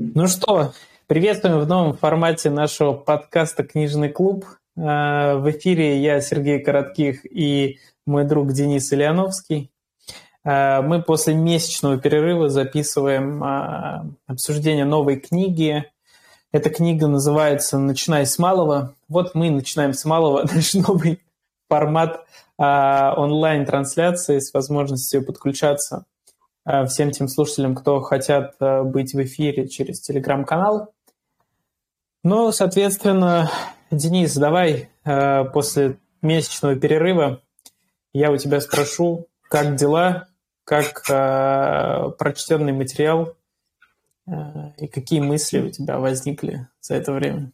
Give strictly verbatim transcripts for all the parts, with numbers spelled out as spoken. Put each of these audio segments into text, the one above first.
Ну что, приветствуем в новом формате нашего подкаста «Книжный клуб». В эфире я, Сергей Коротких, и мой друг Денис Ильяновский. Мы после месячного перерыва записываем обсуждение новой книги. Эта книга называется «Начинай с малого». Вот мы начинаем с малого, наш новый формат онлайн-трансляции с возможностью подключаться всем тем слушателям, кто хотят быть в эфире через телеграм-канал. Ну, соответственно, Денис, давай после месячного перерыва я у тебя спрошу, как дела, как прочтенный материал и какие мысли у тебя возникли за это время?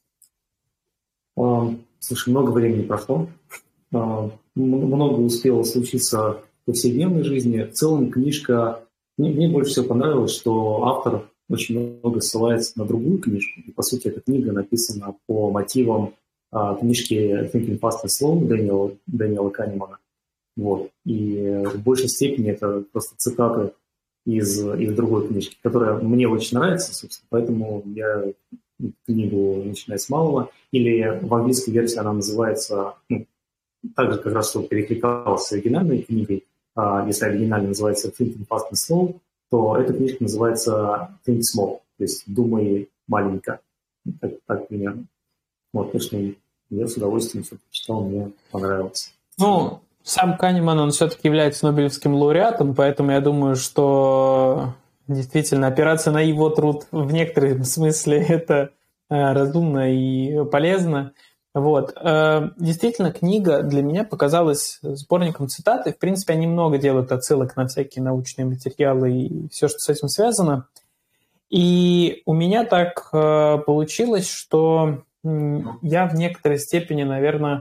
Слушай, много времени прошло, много успело случиться в повседневной жизни. В целом книжка... Мне, мне больше всего понравилось, что автор очень много ссылается на другую книжку. И, по сути, эта книга написана по мотивам а, книжки «Thinking Fast and Slow» Дэниела, Дэниела Канемана. Вот. И в большей степени это просто цитаты из, из другой книжки, которая мне очень нравится, собственно, поэтому я книгу начинаю с малого. Или в английской версии она называется, ну, так же как раз, что перекликалась с оригинальной книгой. Если оригинально называется Thinking Fast and Slow, то эта книжка называется Think Small, то есть думай маленько. Так, так примерно. Вот, то, что я с удовольствием все прочитал, мне понравилось. Ну, сам Канеман, он все-таки является Нобелевским лауреатом, поэтому я думаю, что действительно опираться на его труд в некотором смысле это разумно и полезно. Вот. Действительно, книга для меня показалась сборником цитат, и, в принципе, они много делают отсылок на всякие научные материалы и все, что с этим связано. И у меня так получилось, что я в некоторой степени, наверное,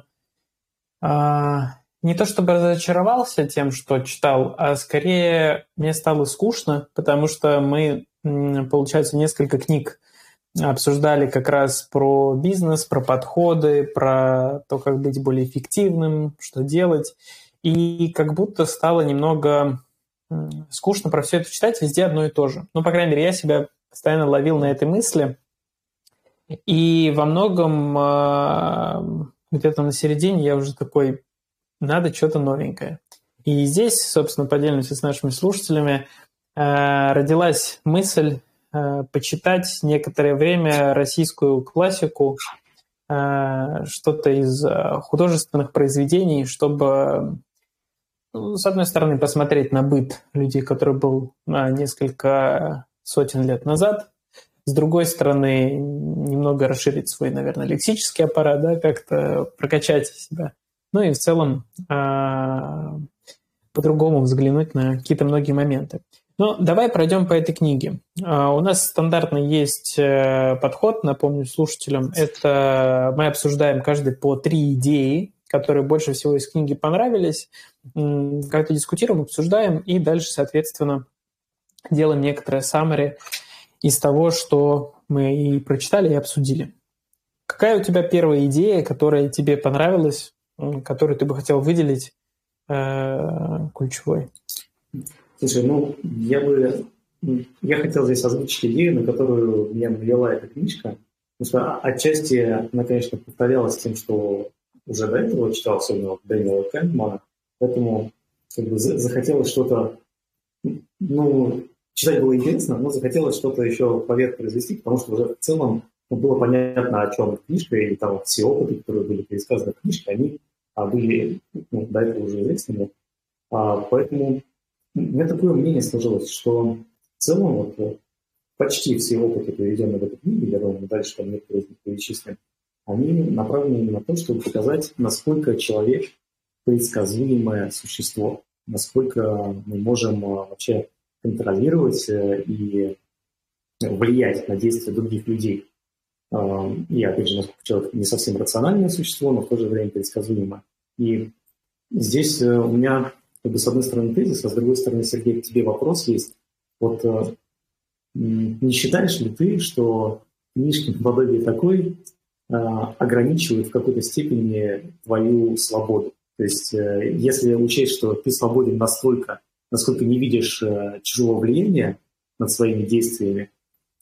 не то чтобы разочаровался тем, что читал, а скорее мне стало скучно, потому что мы, получается, несколько книг обсуждали как раз про бизнес, про подходы, про то, как быть более эффективным, что делать. И как будто стало немного скучно про все это читать, везде одно и то же. Ну, по крайней мере, я себя постоянно ловил на этой мысли. И во многом где-то на середине я уже такой, надо что-то новенькое. И здесь, собственно, поделимся с нашими слушателями, родилась мысль почитать некоторое время российскую классику, что-то из художественных произведений, чтобы, ну, с одной стороны, посмотреть на быт людей, который был несколько сотен лет назад, с другой стороны, немного расширить свой, наверное, лексический аппарат, да, как-то прокачать себя. Ну и в целом по-другому взглянуть на какие-то многие моменты. Ну, давай пройдем по этой книге. У нас стандартно есть подход, напомню слушателям, это мы обсуждаем каждый по три идеи, которые больше всего из книги понравились, как-то дискутируем, обсуждаем, и дальше, соответственно, делаем некоторое summary из того, что мы и прочитали, и обсудили. Какая у тебя первая идея, которая тебе понравилась, которую ты бы хотел выделить ключевой? Слушай, ну, я бы... Я хотел здесь озвучить идею, на которую меня навела эта книжка. Потому что отчасти она, конечно, повторялась тем, что уже до этого читал, особенно вот Дэниела Канемана. Поэтому как бы захотелось что-то... Ну, читать было интересно, но захотелось что-то еще поверх произвести, потому что уже в целом было понятно, о чем книжка, и там все опыты, которые были пересказаны в книжке, они были, ну, до этого уже известными. А, поэтому... У меня такое мнение сложилось, что в целом вот, почти все опыты, приведенные в этой книге, я думаю, дальше там некоторые из них перечислим, они направлены именно на то, чтобы показать, насколько человек предсказуемое существо, насколько мы можем вообще контролировать и влиять на действия других людей. И, опять же, насколько человек не совсем рациональное существо, но в то же время предсказуемое. И здесь у меня... Как бы, с одной стороны, тезис, а с другой стороны, Сергей, к тебе вопрос есть. Вот э, не считаешь ли ты, что книжки наподобие такой э, ограничивают в какой-то степени твою свободу? То есть, э, если учесть, что ты свободен настолько, насколько не видишь э, чужого влияния над своими действиями,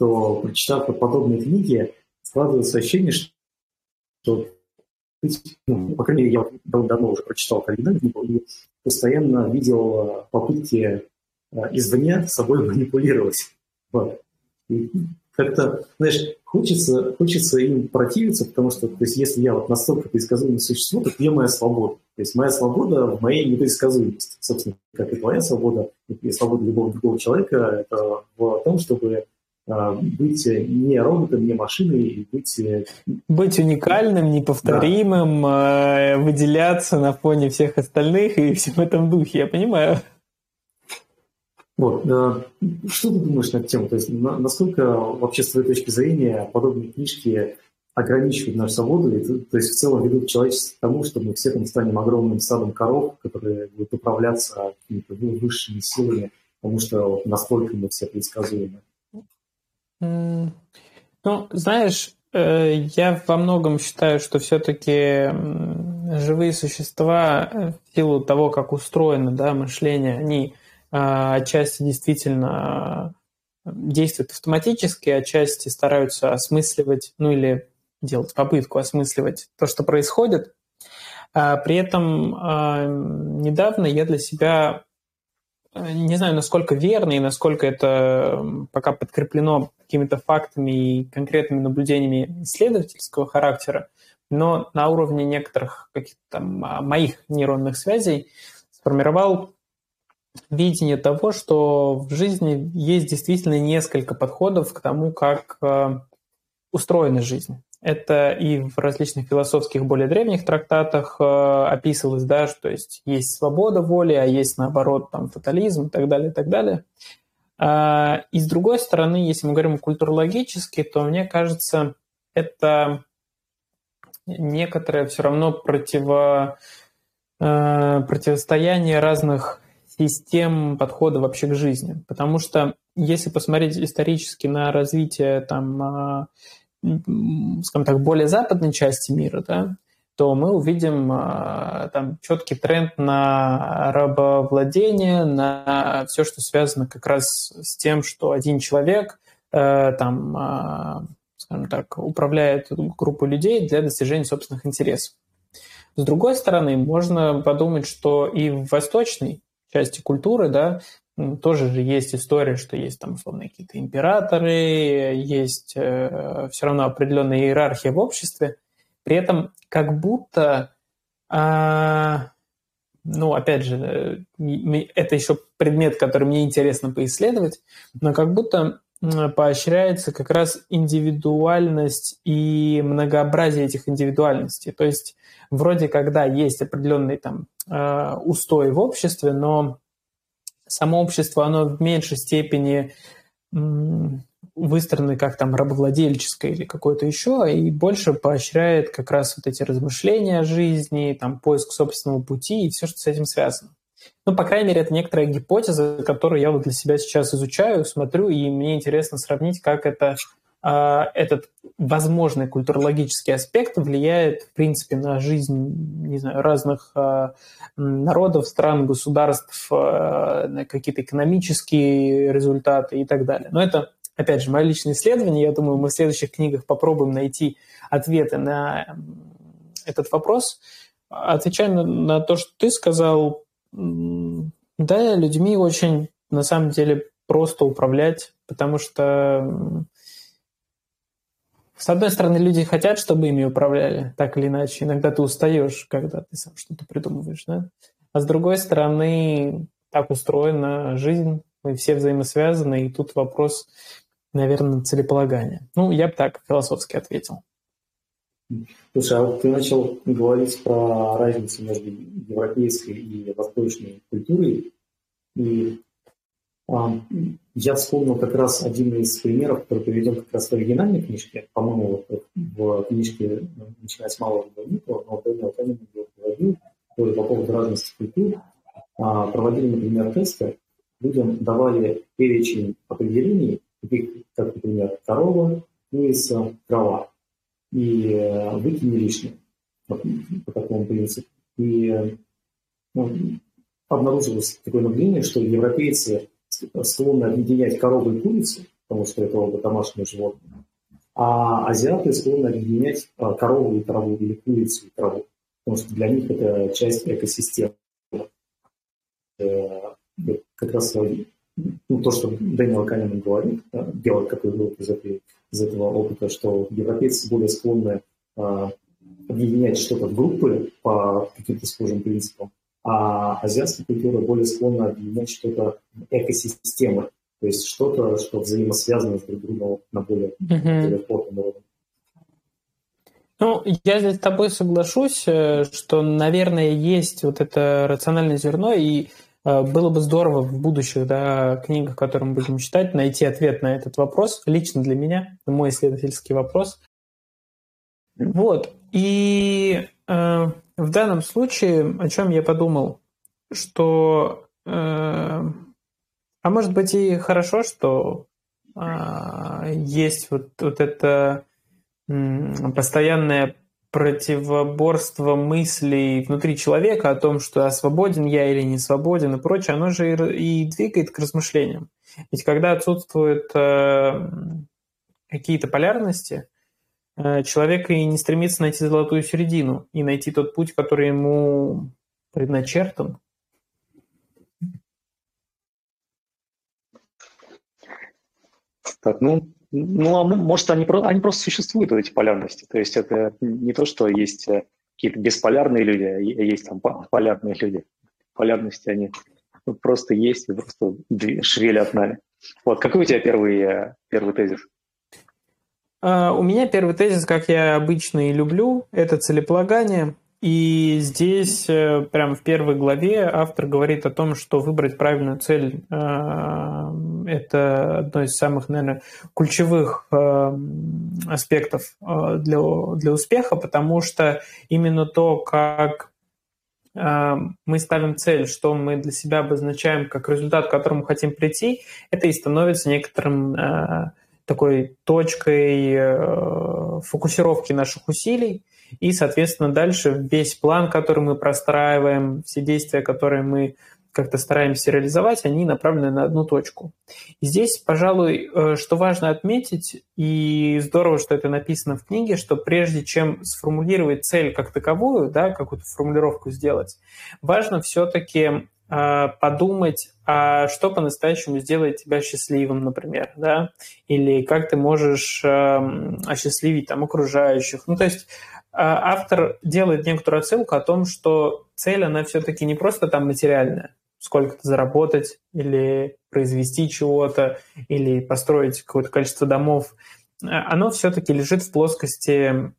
то, прочитав подобные книги, складывается ощущение, что, ну, по крайней мере, я давно уже прочитал оригинальную книгу и постоянно видел попытки извне собой манипулировать. Вот. И как-то, знаешь, хочется, хочется им противиться, потому что, то есть, если я вот настолько предсказуемое существо, то где моя свобода? То есть моя свобода в моей непредсказуемости. Собственно, как и твоя свобода, и свобода любого другого человека, это в том, чтобы а, быть не роботом, не машиной, и быть... Быть уникальным, неповторимым, да. Выделяться на фоне всех остальных и всем в этом духе, я понимаю. Вот. Что ты думаешь на эту тему? То есть, насколько вообще с твоей точки зрения подобные книжки ограничивают нашу свободу, и, то есть в целом ведут человечество к тому, что мы все там станем огромным садом коров, которые будут управляться какими-то высшими силами, потому что вот настолько мы все предсказуемы? Mm. Ну, знаешь, я во многом считаю, что все-таки живые существа в силу того, как устроено, да, мышление, они отчасти действительно действуют автоматически, отчасти стараются осмысливать, ну или делать попытку осмысливать то, что происходит. При этом недавно я для себя, не знаю, насколько верно и насколько это пока подкреплено какими-то фактами и конкретными наблюдениями исследовательского характера, но на уровне некоторых каких-то там моих нейронных связей сформировал видение того, что в жизни есть действительно несколько подходов к тому, как э, устроена жизнь. Это и в различных философских, более древних трактатах э, описывалось, да, что есть, есть свобода воли, а есть, наоборот, там, фатализм и так далее, и так далее. А, и с другой стороны, если мы говорим культурологически, то, мне кажется, это некоторое все равно противо, э, противостояние разных систем подхода вообще к жизни. Потому что если посмотреть исторически на развитие там, скажем так, более западной части мира, да, то мы увидим там четкий тренд на рабовладение, на все, что связано как раз с тем, что один человек там, скажем так, управляет группой людей для достижения собственных интересов. С другой стороны, можно подумать, что и в восточной части культуры, да, тоже же есть история, что есть там, условно, какие-то императоры, есть э, все равно определенная иерархия в обществе. При этом как будто, э, ну, опять же, это еще предмет, который мне интересно поисследовать, но как будто поощряется как раз индивидуальность и многообразие этих индивидуальностей. То есть вроде когда есть определенный там устой в обществе, но само общество, оно в меньшей степени выстроено как там рабовладельческое или какое-то еще, и больше поощряет как раз вот эти размышления о жизни, там, поиск собственного пути и все, что с этим связано. Ну, по крайней мере, это некоторая гипотеза, которую я вот для себя сейчас изучаю, смотрю, и мне интересно сравнить, как это, э, этот возможный культурологический аспект влияет, в принципе, на жизнь, не знаю, разных э, народов, стран, государств, э, на какие-то экономические результаты и так далее. Но это, опять же, мое личное исследование. Я думаю, мы в следующих книгах попробуем найти ответы на этот вопрос. Отвечая на, на то, что ты сказал, да, людьми очень, на самом деле, просто управлять, потому что, с одной стороны, люди хотят, чтобы ими управляли, так или иначе. Иногда ты устаешь, когда ты сам что-то придумываешь, да? А с другой стороны, так устроена жизнь, мы все взаимосвязаны, и тут вопрос, наверное, целеполагания. Ну, я бы так философски ответил. Слушай, а вот ты начал говорить про разницу между европейской и восточной культурой, и а, я вспомнил как раз один из примеров, который приведен как раз в оригинальной книжке, по-моему, вот в книжке «Начиная с малого Ньютона», но Дэниел Канеман его приводил, тоже по поводу разности культур. А, проводили, например, тесты, людям давали перечень определений, таких как, например, корова, курица, трава, и выкини лишнее по, по такому принципу. И ну, обнаружилось такое наблюдение, что европейцы склонны объединять корову и курицу, потому что это оба домашние животные. А азиаты склонны объединять корову и траву или курицу и траву, потому что для них это часть экосистемы. Как раз ну, то, что Дэниел Канеман говорит, делает такой вывод из, этой, из этого опыта, что европейцы более склонны а, объединять что-то в группы по каким-то схожим принципам, а азиатская культура более склонна объединять что-то в экосистемы, то есть что-то, что взаимосвязано с друг другом на более, mm-hmm. более плотном уровне. Ну, я здесь с тобой соглашусь, что, наверное, есть вот это рациональное зерно, и было бы здорово в будущих да, книгах, которые мы будем читать, найти ответ на этот вопрос, лично для меня, мой исследовательский вопрос. Вот, и э, в данном случае, о чем я подумал, что, э, а может быть и хорошо, что э, есть вот, вот это э, постоянное противоборство мыслей внутри человека о том, что а свободен я или не свободен и прочее, оно же и, и двигает к размышлениям. Ведь когда отсутствуют э, какие-то полярности, э, человек и не стремится найти золотую середину и найти тот путь, который ему предначертан. Так, ну, Ну, а может, они, они просто существуют, эти полярности. То есть это не то, что есть какие-то бесполярные люди, а есть там полярные люди. Полярности они просто есть и просто шевелят нами. Вот, какой у тебя первый, первый тезис? Uh, у меня первый тезис, как я обычно и люблю, это целеполагание. И здесь, прямо в первой главе, автор говорит о том, что выбрать правильную цель – это одно из самых, наверное, ключевых аспектов для, для успеха, потому что именно то, как мы ставим цель, что мы для себя обозначаем как результат, к которому хотим прийти, это и становится некоторым такой точкой фокусировки наших усилий. И, соответственно, дальше весь план, который мы простраиваем, все действия, которые мы как-то стараемся реализовать, они направлены на одну точку. И здесь, пожалуй, что важно отметить, и здорово, что это написано в книге, что прежде чем сформулировать цель как таковую, да, какую-то формулировку сделать, важно все-таки э, подумать, а что по-настоящему сделает тебя счастливым, например, да, или как ты можешь э, осчастливить там окружающих. Ну, то есть автор делает некоторую отсылку о том, что цель, она все-таки не просто там материальная, сколько-то заработать или произвести чего-то, или построить какое-то количество домов. Оно все-таки лежит в плоскости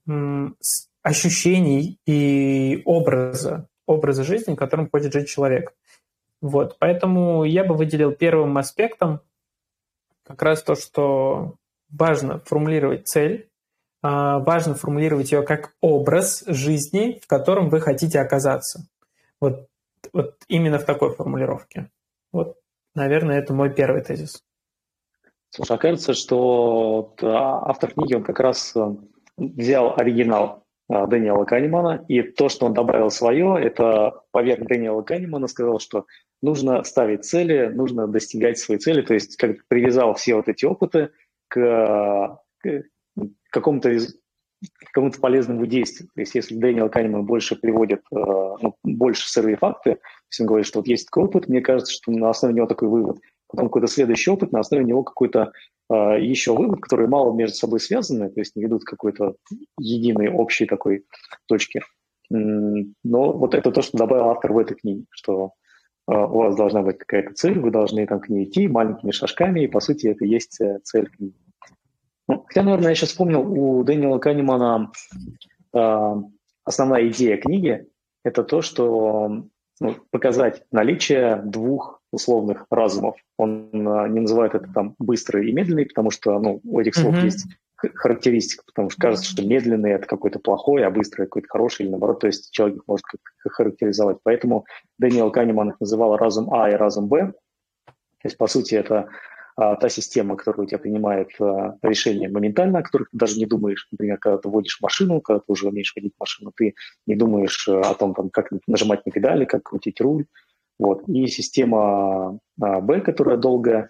ощущений и образа, образа жизни, которым хочет жить человек. Вот. Поэтому я бы выделил первым аспектом как раз то, что важно формулировать цель, важно формулировать ее как образ жизни, в котором вы хотите оказаться. Вот, вот именно в такой формулировке. Вот, наверное, это мой первый тезис. Слушай, окажется, что автор книги, он как раз взял оригинал Дэниела Канемана, и то, что он добавил свое, это поверх Дэниела Канемана сказал, что нужно ставить цели, нужно достигать своей цели, то есть как привязал все вот эти опыты к, к какому-то какому-то полезному действию. То есть если Дэниел Канеман больше приводит ну, больше сырые факты, то есть он говорит, что вот есть такой опыт, мне кажется, что на основе него такой вывод. Потом какой-то следующий опыт, на основе него какой-то э, еще вывод, которые мало между собой связаны, то есть не ведут к какой-то единой общей такой точке. Но вот это то, что добавил автор в этой книге, что э, у вас должна быть какая-то цель, вы должны там к ней идти маленькими шажками, и по сути это и есть цель книги. Ну, хотя, наверное, я сейчас вспомнил, у Дэниела Канемана э, основная идея книги – это то, что ну, показать наличие двух условных разумов. Он э, не называет это там быстрый и медленный, потому что ну, у этих слов mm-hmm. есть характеристика, потому что кажется, что медленный – это какой-то плохой, а быстрый – какой-то хороший, или наоборот, то есть человек их может как-то характеризовать. Поэтому Дэниел Канеман их называл разум А и разум Б. То есть, по сути, это а, та система, которая у тебя принимает а, решения моментально, о которых ты даже не думаешь. Например, когда ты водишь машину, когда ты уже умеешь водить машину, ты не думаешь а, о том, там, как нажимать на педали, как крутить руль. Вот. И система а, Б, которая долгая,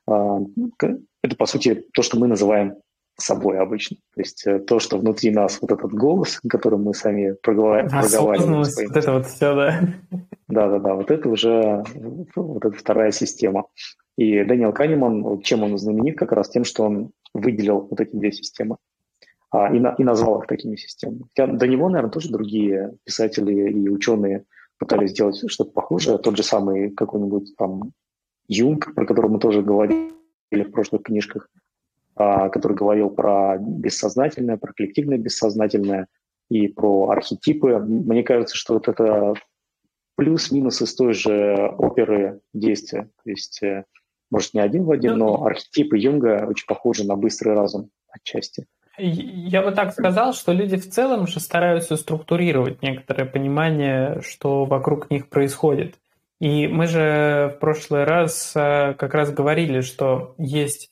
это, по сути, то, что мы называем собой обычно. То есть то, что внутри нас, вот этот голос, который мы сами проговариваем. Осознанность, вот это вот все, да. Да-да-да, вот это уже вот эта вторая система. И Дэниел Канеман, чем он знаменит, как раз тем, что он выделил вот эти две системы а, и, на, и назвал их такими системами. Хотя до него, наверное, тоже другие писатели и ученые пытались сделать что-то похожее. Тот же самый какой-нибудь там Юнг, про которого мы тоже говорили в прошлых книжках, который говорил про бессознательное, про коллективное бессознательное и про архетипы. Мне кажется, что вот это плюс-минус из той же оперы действия. То есть, может, не один в один, но архетипы Юнга очень похожи на быстрый разум отчасти. Я бы так сказал, что люди в целом же стараются структурировать некоторое понимание, что вокруг них происходит. И мы же в прошлый раз как раз говорили, что есть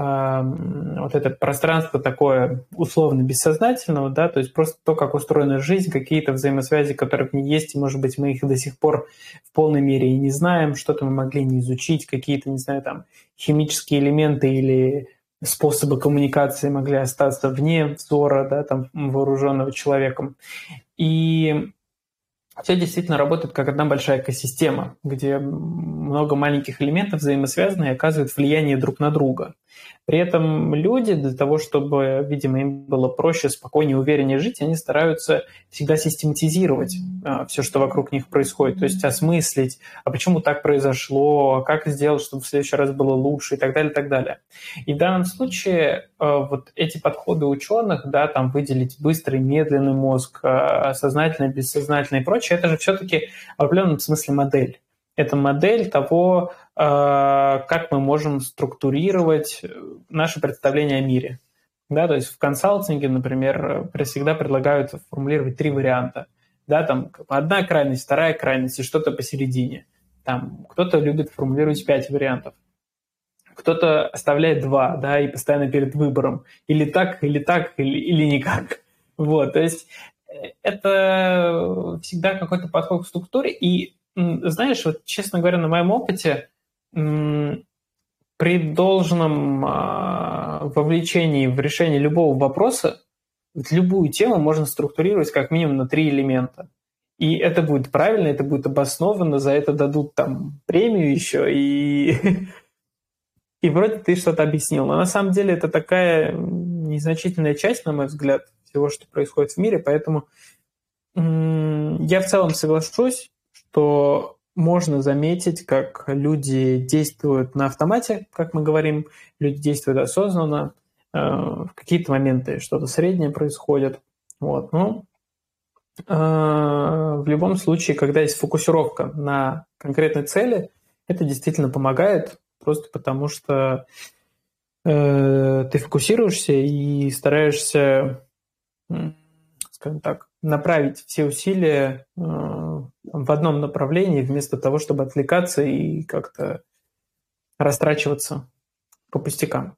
вот это пространство такое условно бессознательного, да, то есть просто то, как устроена жизнь, какие-то взаимосвязи, которые в ней есть, и, может быть, мы их до сих пор в полной мере и не знаем, что-то мы могли не изучить, какие-то, не знаю, там, химические элементы или способы коммуникации могли остаться вне взора, да, там, вооруженного человеком. И все действительно работает как одна большая экосистема, где много маленьких элементов взаимосвязаны и оказывают влияние друг на друга. При этом люди для того, чтобы, видимо, им было проще, спокойнее, увереннее жить, они стараются всегда систематизировать а, все, что вокруг них происходит, то есть осмыслить, а почему так произошло, а как сделать, чтобы в следующий раз было лучше и так далее, и так далее. И в данном случае а, вот эти подходы ученых, да, там выделить быстрый, медленный мозг, а, сознательный, бессознательный и прочее, это же все-таки в определенном смысле модель. Это модель того, как мы можем структурировать наше представление о мире. Да, то есть в консалтинге, например, всегда предлагают формулировать три варианта. Да, там одна крайность, вторая крайность и что-то посередине. Там кто-то любит формулировать пять вариантов. Кто-то оставляет два, да, и постоянно перед выбором. Или так, или так, или, или никак. Вот, то есть это всегда какой-то подход к структуре. И знаешь, вот, честно говоря, на моем опыте при должном вовлечении в решение любого вопроса любую тему можно структурировать как минимум на три элемента. И это будет правильно, это будет обоснованно, за это дадут там премию еще, и, и вроде ты что-то объяснил. Но на самом деле это такая незначительная часть, на мой взгляд, всего, что происходит в мире, поэтому я в целом соглашусь, что можно заметить, как люди действуют на автомате, как мы говорим, люди действуют осознанно, э, в какие-то моменты что-то среднее происходит. Вот. Ну, э, в любом случае, когда есть фокусировка на конкретной цели, это действительно помогает, просто потому что э, ты фокусируешься и стараешься, скажем так, направить все усилия э, в одном направлении, вместо того, чтобы отвлекаться и как-то растрачиваться по пустякам.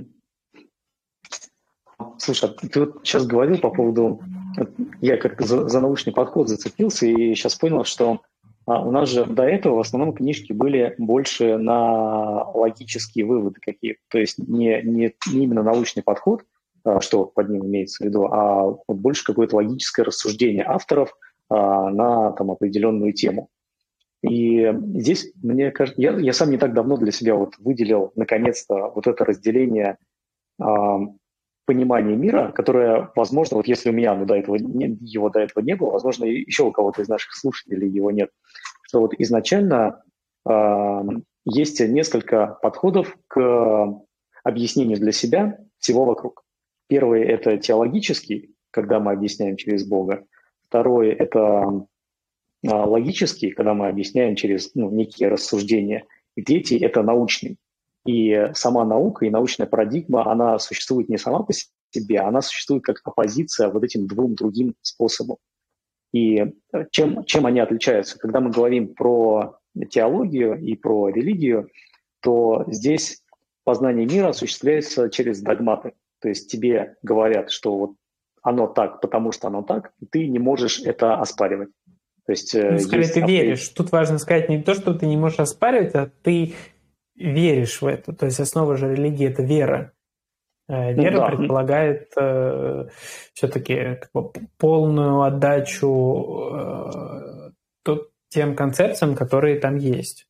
Слушай, ты вот сейчас говорил по поводу... Я как-то за, за научный подход зацепился и сейчас понял, что а, у нас же до этого в основном книжки были больше на логические выводы какие-то. То есть не, не, не именно научный подход, что под ним имеется в виду, а вот больше какое-то логическое рассуждение авторов а, на там, определенную тему. И здесь, мне кажется, я, я сам не так давно для себя вот выделил наконец-то вот это разделение а, понимания мира, которое, возможно, вот если у меня ну, до этого не, его до этого не было, возможно, еще у кого-то из наших слушателей его нет, что вот изначально а, есть несколько подходов к объяснению для себя всего вокруг. Первый – это теологический, когда мы объясняем через Бога. Второй – это а, логический, когда мы объясняем через ну, некие рассуждения. И третий – это научный. И сама наука и научная парадигма, она существует не сама по себе, она существует как оппозиция вот этим двум другим способам. И чем, чем они отличаются? Когда мы говорим про теологию и про религию, то здесь познание мира осуществляется через догматы. То есть тебе говорят, что вот оно так, потому что оно так, и ты не можешь это оспаривать. То есть, ну, скорее, ты веришь. Тут важно сказать не то, что ты не можешь оспаривать, а ты веришь в это. То есть основа же религии – это вера. Вера ну, да. предполагает э, все-таки как бы, полную отдачу э, тот, тем концепциям, которые там есть.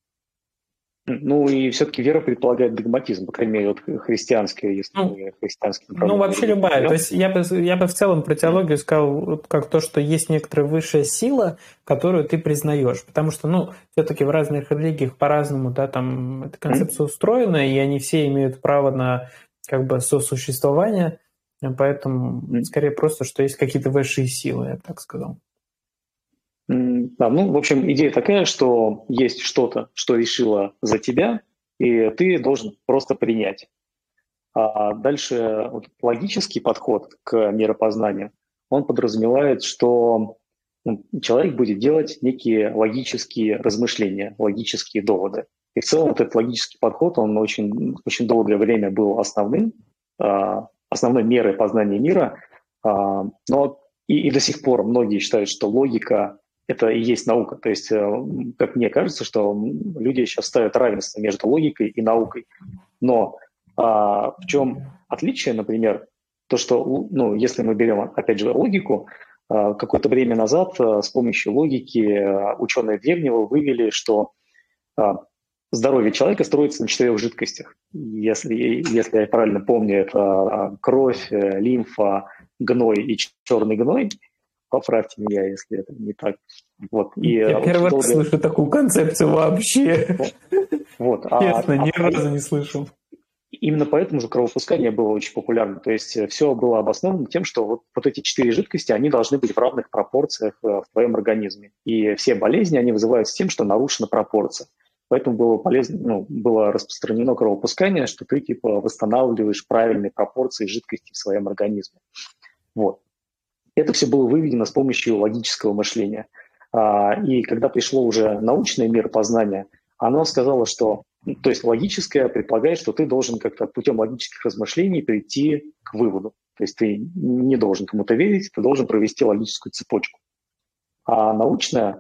Ну и все-таки вера предполагает догматизм, по крайней мере, вот христианский, если ну, христианский. Ну, вообще любая. Да? То есть я бы, я бы в целом про теологию сказал как то, что есть некоторая высшая сила, которую ты признаешь. Потому что, ну, все-таки в разных религиях по-разному, да, там эта концепция устроена, и они все имеют право на как бы сосуществование, поэтому скорее просто, что есть какие-то высшие силы, я бы так сказал. Да, ну, в общем, идея такая, что есть что-то, что решило за тебя, и ты должен просто принять. А дальше вот, логический подход к миропознанию, он подразумевает, что ну, человек будет делать некие логические размышления, логические доводы. И в целом вот этот логический подход, он очень, очень долгое время был основным, основной мерой познания мира, но и, и до сих пор многие считают, что логика это и есть наука. То есть, как мне кажется, что люди сейчас ставят равенство между логикой и наукой. Но а, в чем отличие, например, то, что, ну, если мы берем, опять же, логику, а, какое-то время назад а, с помощью логики а, ученые древнего вывели, что а, здоровье человека строится на четырех жидкостях. Если, если я правильно помню, это кровь, лимфа, гной и черный гной. Поправьте меня, если это не так. Вот. И я вот первый долго... раз слышу такую концепцию вообще. Вот. Честно, а, ни а, разу не слышал. Именно поэтому же кровопускание было очень популярно. То есть все было обосновано тем, что вот, вот эти четыре жидкости, они должны быть в равных пропорциях в твоем организме. И все болезни, они вызываются тем, что нарушена пропорция. Поэтому было полезно, ну, было распространено кровопускание, что ты типа восстанавливаешь правильные пропорции жидкости в своем организме. Вот. Это все было выведено с помощью логического мышления. И когда пришло уже научное миропознание, оно сказало, что, то есть логическое предполагает, что ты должен как-то путем логических размышлений прийти к выводу. То есть ты не должен кому-то верить, ты должен провести логическую цепочку. А научное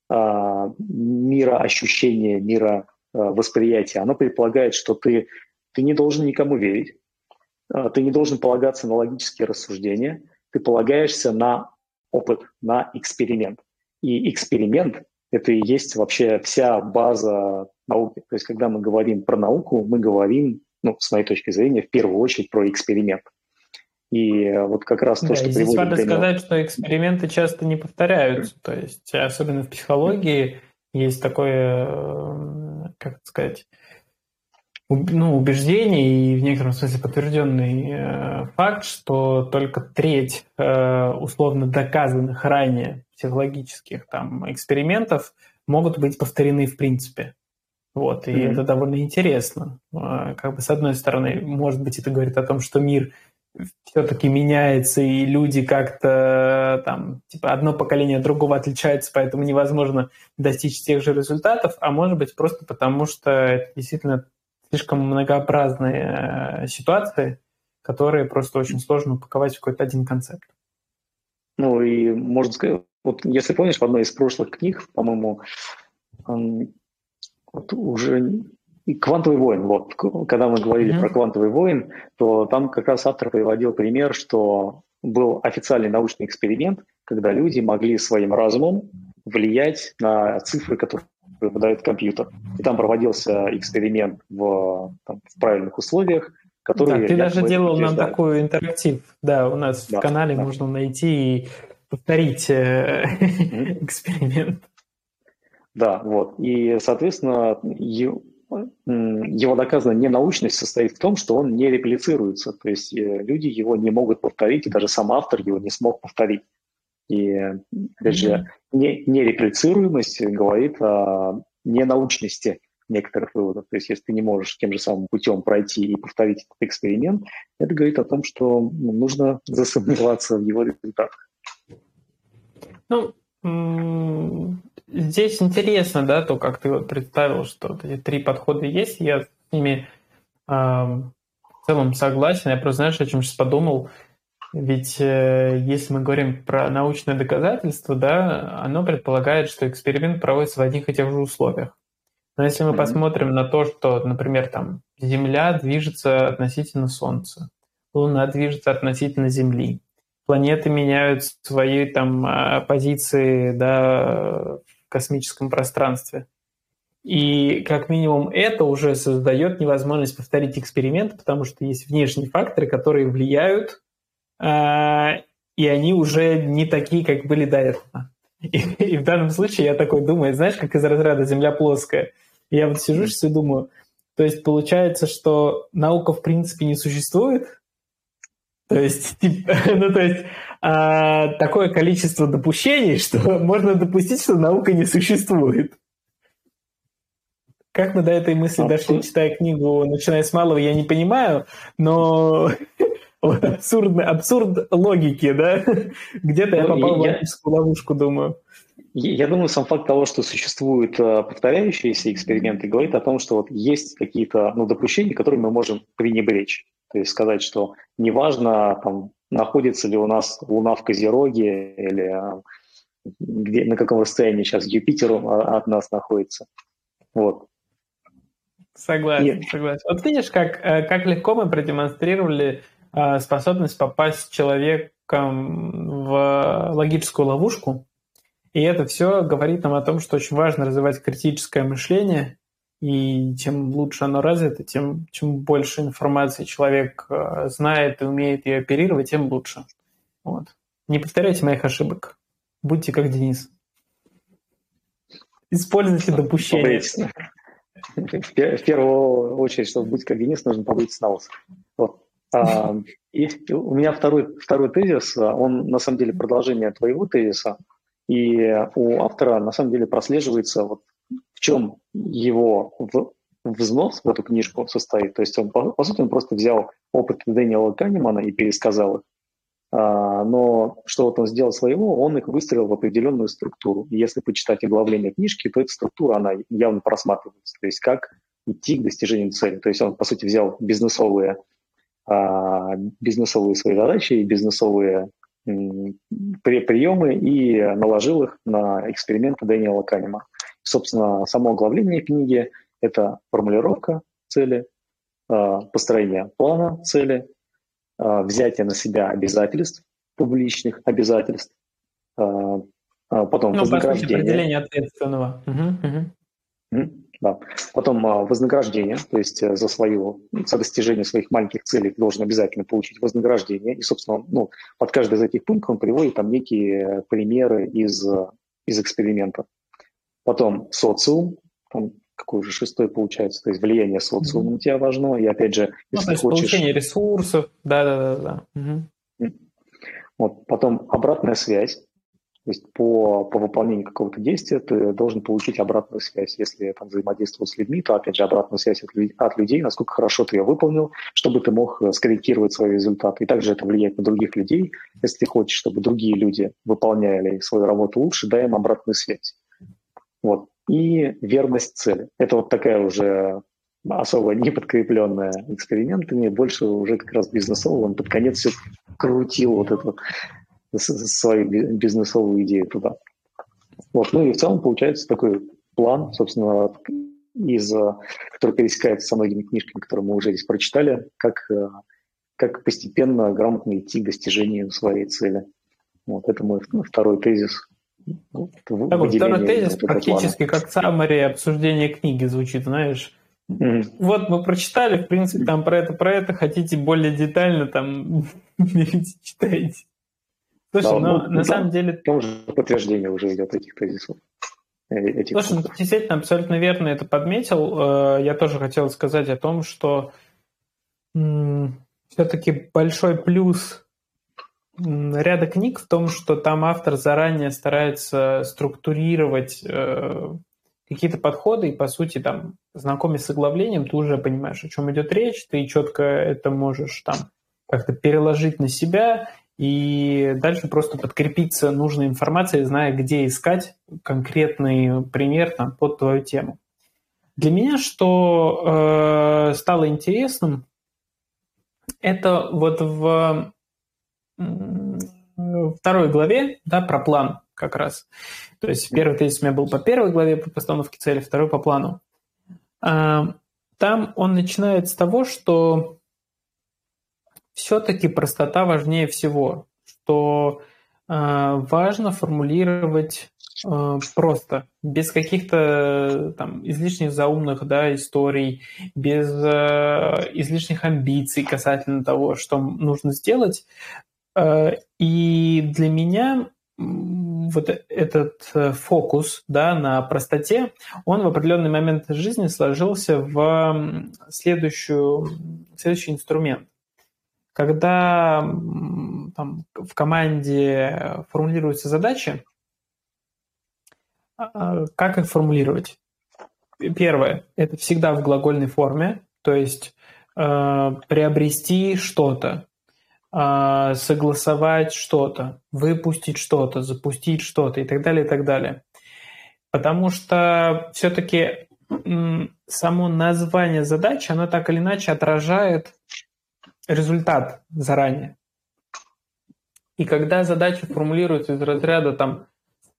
мироощущение, мировосприятие, оно предполагает, что ты, ты не должен никому верить, ты не должен полагаться на логические рассуждения, ты полагаешься на опыт, на эксперимент. И эксперимент – это и есть вообще вся база науки. То есть, когда мы говорим про науку, мы говорим, ну, с моей точки зрения, в первую очередь про эксперимент. И вот как раз то, да, что и здесь приводит надо Дэниел... сказать, что эксперименты часто не повторяются. То есть, особенно в психологии, есть такое, как это сказать, ну, убеждение и в некотором смысле подтвержденный э, факт, что только треть э, условно доказанных ранее психологических там, экспериментов могут быть повторены в принципе. Вот, и mm-hmm. это довольно интересно. Э, как бы с одной стороны, может быть, это говорит о том, что мир все-таки меняется, и люди как-то там, типа, одно поколение от другого отличаются, поэтому невозможно достичь тех же результатов, а может быть просто потому, что это действительно слишком многообразные ситуации, которые просто очень сложно упаковать в какой-то один концепт. Ну и можно сказать, вот если помнишь, в одной из прошлых книг, по-моему, вот уже «Квантовый воин», вот, когда мы говорили mm-hmm. про «Квантовый воин», то там как раз автор приводил пример, что был официальный научный эксперимент, когда люди могли своим разумом влиять на цифры, которые выдает компьютер. И там проводился эксперимент в, там, в правильных условиях, которые... Да, ты даже делал нам такой интерактив. Да, у нас да, в канале да. можно найти и повторить э, mm-hmm. эксперимент. Да, вот. И, соответственно, его, его доказанная ненаучность состоит в том, что он не реплицируется. То есть люди его не могут повторить, и даже сам автор его не смог повторить. И, опять же, не, нереплицируемость говорит о ненаучности некоторых выводов. То есть, если ты не можешь тем же самым путем пройти и повторить этот эксперимент, это говорит о том, что нужно засомневаться в его результатах. Ну, здесь интересно, да, то, как ты вот представил, что вот эти три подхода есть. Я с ними э, в целом согласен. Я просто, знаешь, о чем сейчас подумал. Ведь э, если мы говорим про научное доказательство, да, оно предполагает, что эксперимент проводится в одних и тех же условиях. Но если мы Мгм. посмотрим на то, что, например, там Земля движется относительно Солнца, Луна движется относительно Земли, планеты меняют свои там а, позиции, да, в космическом пространстве. И как минимум это уже создает невозможность повторить эксперимент, потому что есть внешние факторы, которые влияют, а, и они уже не такие, как были до этого. И, и в данном случае я такой думаю, знаешь, как из разряда «Земля плоская». Я вот сижу сейчас и думаю, то есть получается, что наука в принципе не существует? То есть, типа, ну, то есть а, такое количество допущений, что можно допустить, что наука не существует. Как мы до этой мысли А, дошли, ну, читая книгу «Начиная с малого», я не понимаю, но вот абсурд, абсурд логики, да? Где-то я ну, попал в я, логическую ловушку, думаю. я я думаю, сам факт того, что существуют э, повторяющиеся эксперименты, говорит о том, что вот есть какие-то ну, допущения, которые мы можем пренебречь. То есть сказать, что неважно, там, находится ли у нас Луна в Козероге или э, где, на каком расстоянии сейчас Юпитер а- от нас находится. Вот. Согласен, И согласен. Вот видишь, как, э, как легко мы продемонстрировали э, способность попасть человеком в логическую ловушку. И это все говорит нам о том, что очень важно развивать критическое мышление, и чем лучше оно развито, тем чем больше информации человек э, знает и умеет ее оперировать, тем лучше. Вот. Не повторяйте моих ошибок. Будьте как Денис. Используйте допущения. побриться. В пе- в первую очередь, чтобы быть как Денис, нужно побриться на лысо. Вот. А, и у меня второй, второй тезис, а, он на самом деле продолжение твоего тезиса, и у автора на самом деле прослеживается, вот, в чем его в- взнос в эту книжку состоит. То есть он, по, по сути, он просто взял опыт Дэниела Канемана и пересказал их. А, но что вот он сделал своего, он их выстроил в определенную структуру. И если почитать оглавление книжки, то эта структура, она явно просматривается. То есть как идти к достижению цели. То есть он, по сути, взял бизнесовые, а, бизнесовые свои задачи и бизнесовые м, при- приемы и наложил их на эксперименты Дэниела Канемана. Собственно, само оглавление книги – это формулировка цели, а, построение плана цели, а, взятие на себя обязательств, публичных обязательств, а, а, потом Ну, по сути, вознаграждение, определение ответственного. Мгм, мгм. Мгм, да. Потом а, вознаграждение, то есть э, за свое, за достижение своих маленьких целей ты должен обязательно получить вознаграждение. И, собственно, ну, под каждый из этих пунктов он приводит там некие примеры из, э, из эксперимента. Потом социум, там какой же шестой получается, то есть влияние социума на тебя важно. И опять же, Ну, то если ты есть хочешь... получение ресурсов, да-да-да. Мгм. Вот, потом обратная связь. То есть по, по выполнению какого-то действия ты должен получить обратную связь. Если там взаимодействовать с людьми, то, опять же, обратную связь от, лю- от людей, насколько хорошо ты ее выполнил, чтобы ты мог э, скорректировать свои результаты. И также это влияет на других людей. Если ты хочешь, чтобы другие люди выполняли свою работу лучше, дай им обратную связь. Вот. И верность цели. Это вот такая уже особо не подкрепленная экспериментами, больше уже как раз бизнесовый. Он под конец все крутил вот эту свою бизнесовую идею туда. Вот. Ну и в целом получается такой план, собственно, из, который пересекается со многими книжками, которые мы уже здесь прочитали, как, как постепенно, грамотно идти к достижению своей цели. Вот это мой второй тезис. Такой второй тезис Вот практически как саммари обсуждения книги звучит, знаешь. Mm-hmm. Вот мы прочитали, в принципе, там про это, про это, хотите более детально, там, берите, читайте. Слушай, да, но ну, на там, самом деле... Там уже подтверждение уже идет этих тезисов. Этих Слушай, ну, ты действительно абсолютно верно это подметил. Я тоже хотел сказать о том, что м- все-таки большой плюс м- ряда книг в том, что там автор заранее старается структурировать э- какие-то подходы, и, по сути, там, знакомясь с оглавлением, ты уже понимаешь, о чем идет речь, ты четко это можешь там как-то переложить на себя, и дальше просто подкрепиться нужной информацией, зная, где искать конкретный пример там, под твою тему. Для меня что э, стало интересным, это вот в э, второй главе, да, про план как раз. То есть первый тезис у меня был по первой главе по постановке цели, второй по плану. Там он начинает с того, что все-таки простота важнее всего, что важно формулировать просто, без каких-то там излишних заумных, да, историй, без излишних амбиций касательно того, что нужно сделать. И для меня вот этот фокус, да, на простоте, он в определенный момент жизни сложился в следующую, следующий инструмент. Когда там, в команде формулируются задачи, как их формулировать? Первое – это всегда в глагольной форме, то есть э, приобрести что-то, э, согласовать что-то, выпустить что-то, запустить что-то и так далее, и так далее. Потому что все-таки м, само название задачи, оно так или иначе отражает результат заранее. И когда задача формулируется из разряда там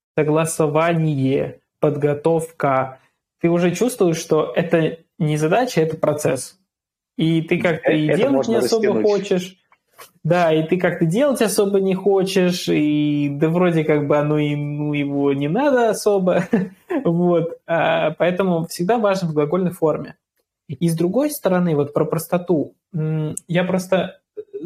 согласование, подготовка, ты уже чувствуешь, что это не задача, это процесс. И ты как-то и это делать не особо растянуть. хочешь. Да, и ты как-то делать особо не хочешь, и да вроде как бы оно ему его не надо особо. Вот. А, поэтому всегда важно в глагольной форме. И с другой стороны, вот про простоту. Я просто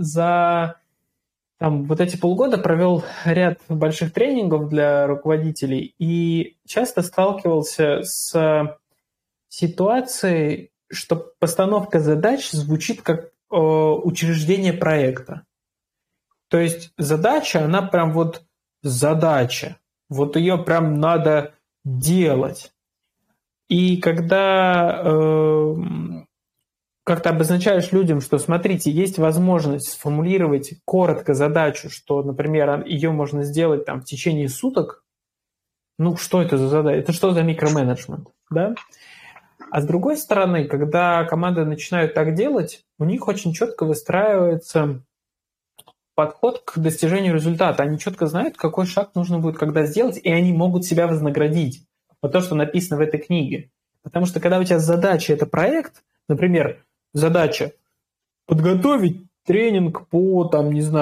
за там, вот эти полгода провел ряд больших тренингов для руководителей и часто сталкивался с ситуацией, что постановка задач звучит как э, учреждение проекта. То есть задача, она прям вот задача. Вот ее прям надо делать. И когда э, как-то обозначаешь людям, что, смотрите, есть возможность сформулировать коротко задачу, что, например, ее можно сделать там в течение суток, ну, что это за задача? Это что за микроменеджмент, да? А с другой стороны, когда команды начинают так делать, у них очень четко выстраивается подход к достижению результата. Они четко знают, какой шаг нужно будет когда сделать, и они могут себя вознаградить. Вот то, что написано в этой книге. Потому что когда у тебя задача – это проект, например, задача подготовить тренинг по, там, не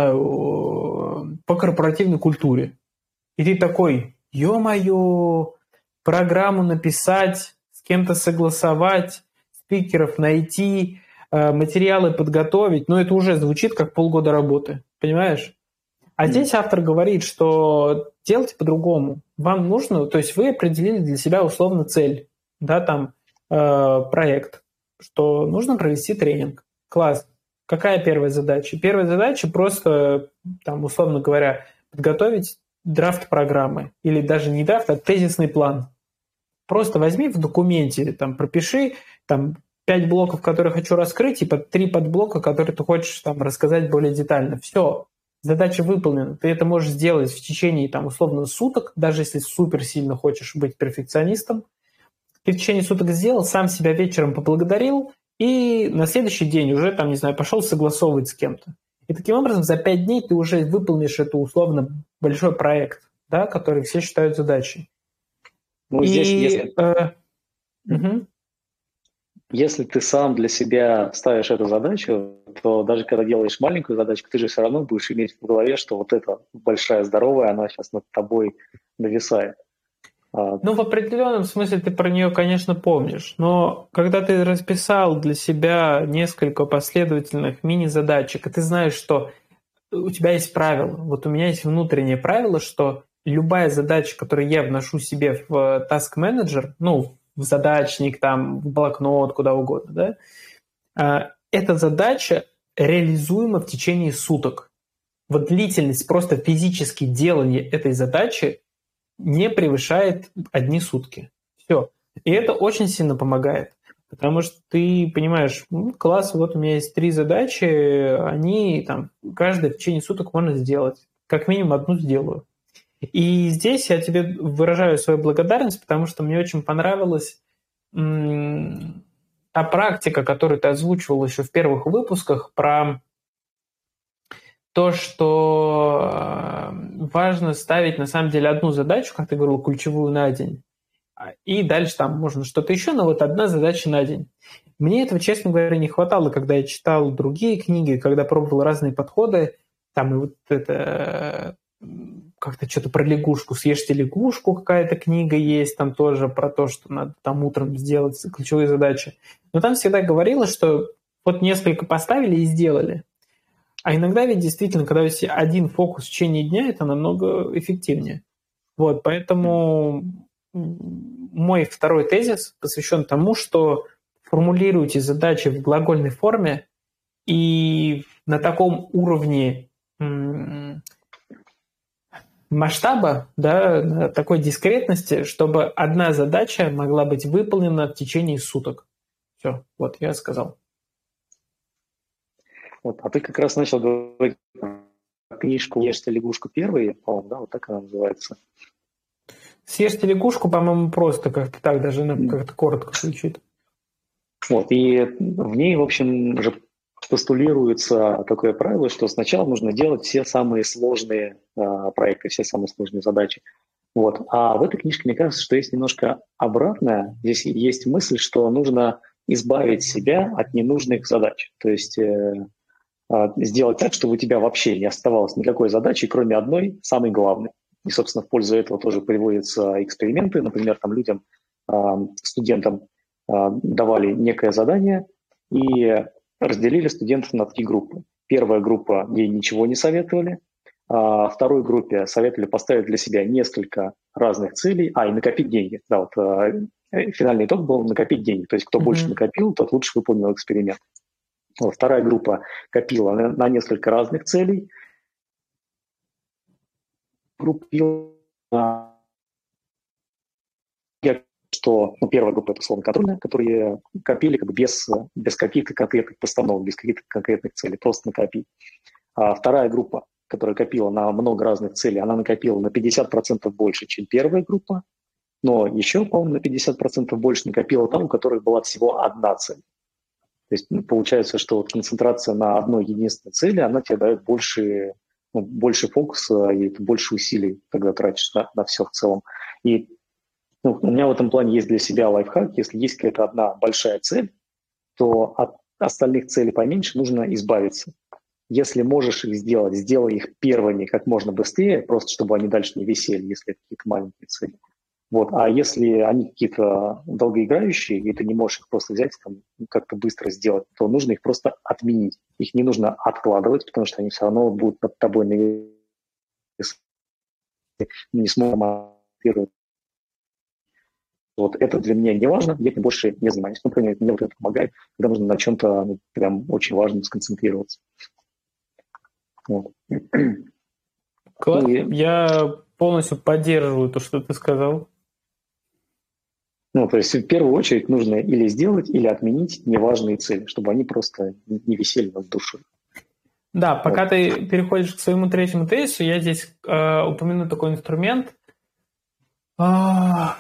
знаю, по корпоративной культуре. И ты такой, ё-моё, программу написать, с кем-то согласовать, спикеров найти, материалы подготовить. Но это уже звучит как полгода работы, понимаешь? А здесь автор говорит, что делайте по-другому. Вам нужно, то есть вы определили для себя условно цель, да, там э, проект, что нужно провести тренинг. Класс. Какая первая задача? Первая задача просто, там, условно говоря, подготовить драфт программы. Или даже не драфт, а тезисный план. Просто возьми в документе, там, пропиши там, пять блоков, которые хочу раскрыть, и под три подблока, которые ты хочешь там, рассказать более детально. Все. Задача выполнена. Ты это можешь сделать в течение, там, условно, суток, даже если супер сильно хочешь быть перфекционистом. Ты в течение суток сделал, сам себя вечером поблагодарил, и на следующий день уже, там, не знаю, пошел согласовывать с кем-то. И таким образом за пять дней ты уже выполнишь эту условно большой проект, да, который все считают задачей. Ну, и, здесь, если... Э, угу. Если ты сам для себя ставишь эту задачу, то даже когда делаешь маленькую задачку, ты же все равно будешь иметь в голове, что вот эта большая, здоровая, она сейчас над тобой нависает. Ну, в определенном смысле ты про нее, конечно, помнишь, но когда ты расписал для себя несколько последовательных мини-задачек, и ты знаешь, что у тебя есть правило, вот у меня есть внутреннее правило, что любая задача, которую я вношу себе в Task Manager, ну, в задачник, там, в блокнот, куда угодно, да, эта задача реализуема в течение суток. Вот длительность просто физически делания этой задачи не превышает одни сутки. Все. И это очень сильно помогает. Потому что ты понимаешь, ну, класс, вот у меня есть три задачи, они там, каждая в течение суток можно сделать. Как минимум одну сделаю. И здесь я тебе выражаю свою благодарность, потому что мне очень понравилась м- та практика, которую ты озвучивал еще в первых выпусках, про то, что важно ставить на самом деле одну задачу, как ты говорил, ключевую на день, и дальше там можно что-то еще, но вот одна задача на день. Мне этого, честно говоря, не хватало, когда я читал другие книги, когда пробовал разные подходы, там и вот это как-то что-то про лягушку, съешьте лягушку, какая-то книга есть, там тоже про то, что надо там утром сделать ключевые задачи. Но там всегда говорилось, что вот несколько поставили и сделали. А иногда ведь действительно, когда у есть один фокус в течение дня, это намного эффективнее. Вот, поэтому мой второй тезис посвящен тому, что формулируйте задачи в глагольной форме и на таком уровне масштаба, да, на такой дискретности, чтобы одна задача могла быть выполнена в течение суток. Все, вот я сказал. Вот, а ты как раз начал говорить книжку «Ешьте лягушку первой», по-моему, да, вот так она называется. «Съешьте лягушку», по-моему, просто как-то так, даже как-то коротко звучит. Вот, и в ней, в общем, же постулируется такое правило, что сначала нужно делать все самые сложные э, проекты, все самые сложные задачи. Вот. А в этой книжке, мне кажется, что есть немножко обратное. Здесь есть мысль, что нужно избавить себя от ненужных задач. То есть э, э, сделать так, чтобы у тебя вообще не оставалось никакой задачи, кроме одной, самой главной. И, собственно, в пользу этого тоже приводятся эксперименты. Например, там людям, э, студентам, давали некое задание и разделили студентов на такие группы. Первая группа, ей ничего не советовали, а второй группе советовали поставить для себя несколько разных целей, а, и накопить деньги. Да, вот финальный итог был накопить деньги. То есть кто mm-hmm. больше накопил, тот лучше выполнил эксперимент. Вот, вторая группа копила на, на несколько разных целей. Группа что ну, первая группа – это условно контрольная, которые копили как бы без, без каких-то конкретных постановок, без каких-то конкретных целей, просто накопить. А вторая группа, которая копила на много разных целей, она накопила на пятьдесят процентов больше, чем первая группа, но еще, по-моему, на пятьдесят процентов больше накопила та, у которой была всего одна цель. То есть ну, получается, что вот концентрация на одной единственной цели, она тебе дает больше, ну, больше фокуса и больше усилий, когда тратишь на, на все в целом. И Ну, у меня в этом плане есть для себя лайфхак. Если есть какая-то одна большая цель, то от остальных целей поменьше нужно избавиться. Если можешь их сделать, сделай их первыми как можно быстрее, просто чтобы они дальше не висели, если это какие-то маленькие цели. Вот. А если они какие-то долгоиграющие, и ты не можешь их просто взять там, как-то быстро сделать, то нужно их просто отменить. Их не нужно откладывать, потому что они все равно будут над тобой нависать. Не сможем монтировать. Вот это для меня не важно, я этим больше не занимаюсь. Ну, например, мне вот это помогает, когда нужно на чем-то ну, прям очень важном сконцентрироваться. Вот. Класс. Ну, и... Я полностью поддерживаю то, что ты сказал. Ну, то есть в первую очередь нужно или сделать, или отменить неважные цели, чтобы они просто не висели над душой. Да, пока вот. Ты переходишь к своему третьему тезису, я здесь э, упомяну такой инструмент. А...